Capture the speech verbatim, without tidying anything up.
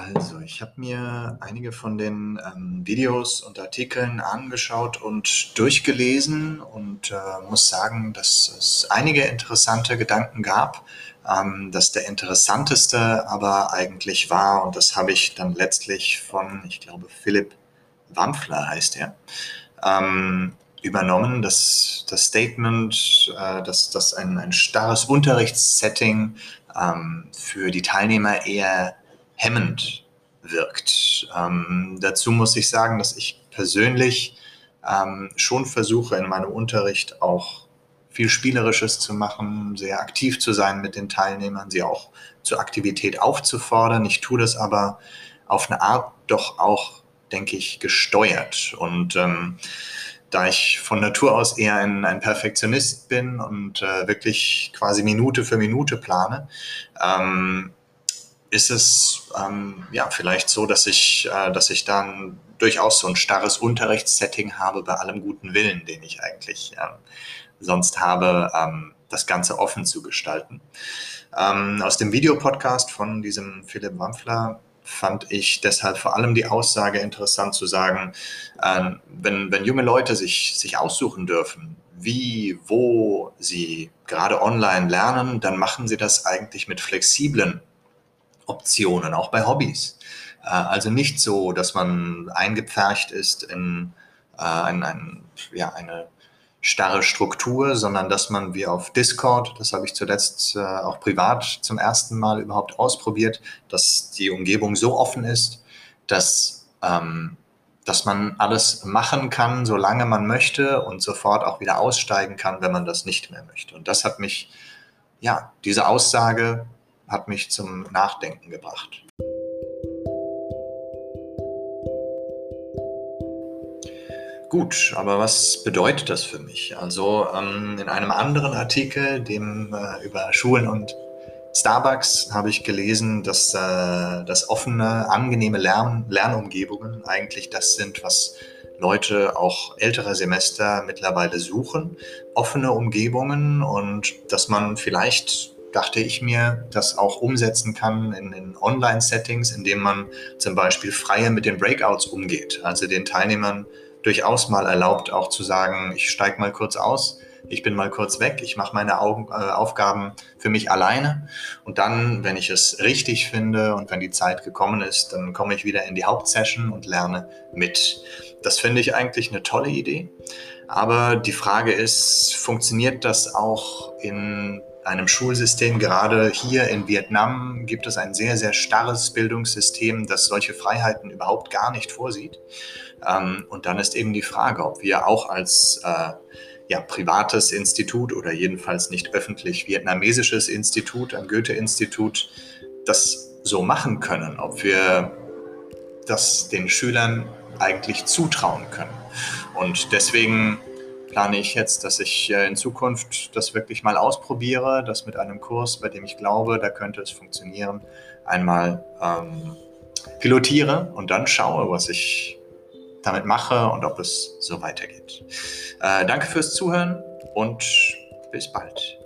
Also, ich habe mir einige von den ähm, Videos und Artikeln angeschaut und durchgelesen und äh, muss sagen, dass es einige interessante Gedanken gab. Ähm, dass der interessanteste aber eigentlich war, und das habe ich dann letztlich von, ich glaube, Philipp Wampfler heißt er, ähm, übernommen, das, das Statement, äh, dass, dass ein, ein starres Unterrichtssetting ähm, für die Teilnehmer eher hemmend wirkt. Ähm, dazu muss ich sagen, dass ich persönlich ähm, schon versuche, in meinem Unterricht auch viel Spielerisches zu machen, sehr aktiv zu sein mit den Teilnehmern, sie auch zur Aktivität aufzufordern. Ich tue das aber auf eine Art doch auch, denke ich, gesteuert. Und ähm, da ich von Natur aus eher ein, ein Perfektionist bin und äh, wirklich quasi Minute für Minute plane, ähm, ist es ähm, ja vielleicht so, dass ich, äh, dass ich dann durchaus so ein starres Unterrichtssetting habe, bei allem guten Willen, den ich eigentlich ähm, sonst habe, ähm, das Ganze offen zu gestalten. Ähm, aus dem Videopodcast von diesem Philipp Wampfler fand ich deshalb vor allem die Aussage interessant zu sagen, äh, wenn, wenn junge Leute sich, sich aussuchen dürfen, wie, wo sie gerade online lernen, dann machen sie das eigentlich mit flexiblen Optionen, auch bei Hobbys. Äh, also nicht so, dass man eingepfercht ist in äh, ein, ein, ja, eine starre Struktur, sondern dass man wie auf Discord, das habe ich zuletzt äh, auch privat zum ersten Mal überhaupt ausprobiert, dass die Umgebung so offen ist, dass, ähm, dass man alles machen kann, solange man möchte und sofort auch wieder aussteigen kann, wenn man das nicht mehr möchte. Und das hat mich, ja, diese Aussage hat mich zum Nachdenken gebracht. Gut, aber was bedeutet das für mich? Also ähm, in einem anderen Artikel, dem äh, über Schulen und Starbucks, habe ich gelesen, dass, äh, dass offene, angenehme Lern Lernumgebungen eigentlich das sind, was Leute auch älterer Semester mittlerweile suchen. Offene Umgebungen, und dass man vielleicht, dachte ich mir, das auch umsetzen kann in, in Online-Settings, indem man zum Beispiel freier mit den Breakouts umgeht, also den Teilnehmern durchaus mal erlaubt, auch zu sagen, ich steige mal kurz aus, ich bin mal kurz weg, ich mache meine Augen, äh, Aufgaben für mich alleine, und dann, wenn ich es richtig finde und wenn die Zeit gekommen ist, dann komme ich wieder in die Hauptsession und lerne mit. Das finde ich eigentlich eine tolle Idee, aber die Frage ist, funktioniert das auch in einem Schulsystem? Gerade hier in Vietnam gibt es ein sehr, sehr starres Bildungssystem, das solche Freiheiten überhaupt gar nicht vorsieht. Ähm, und dann ist eben die Frage, ob wir auch als äh, ja, privates Institut oder jedenfalls nicht öffentlich vietnamesisches Institut, ein Goethe-Institut, das so machen können, ob wir das den Schülern eigentlich zutrauen können. Und deswegen plane ich jetzt, dass ich äh, in Zukunft das wirklich mal ausprobiere, das mit einem Kurs, bei dem ich glaube, da könnte es funktionieren, einmal ähm, pilotiere und dann schaue, was ich damit mache und ob es so weitergeht. Äh, danke fürs Zuhören und bis bald.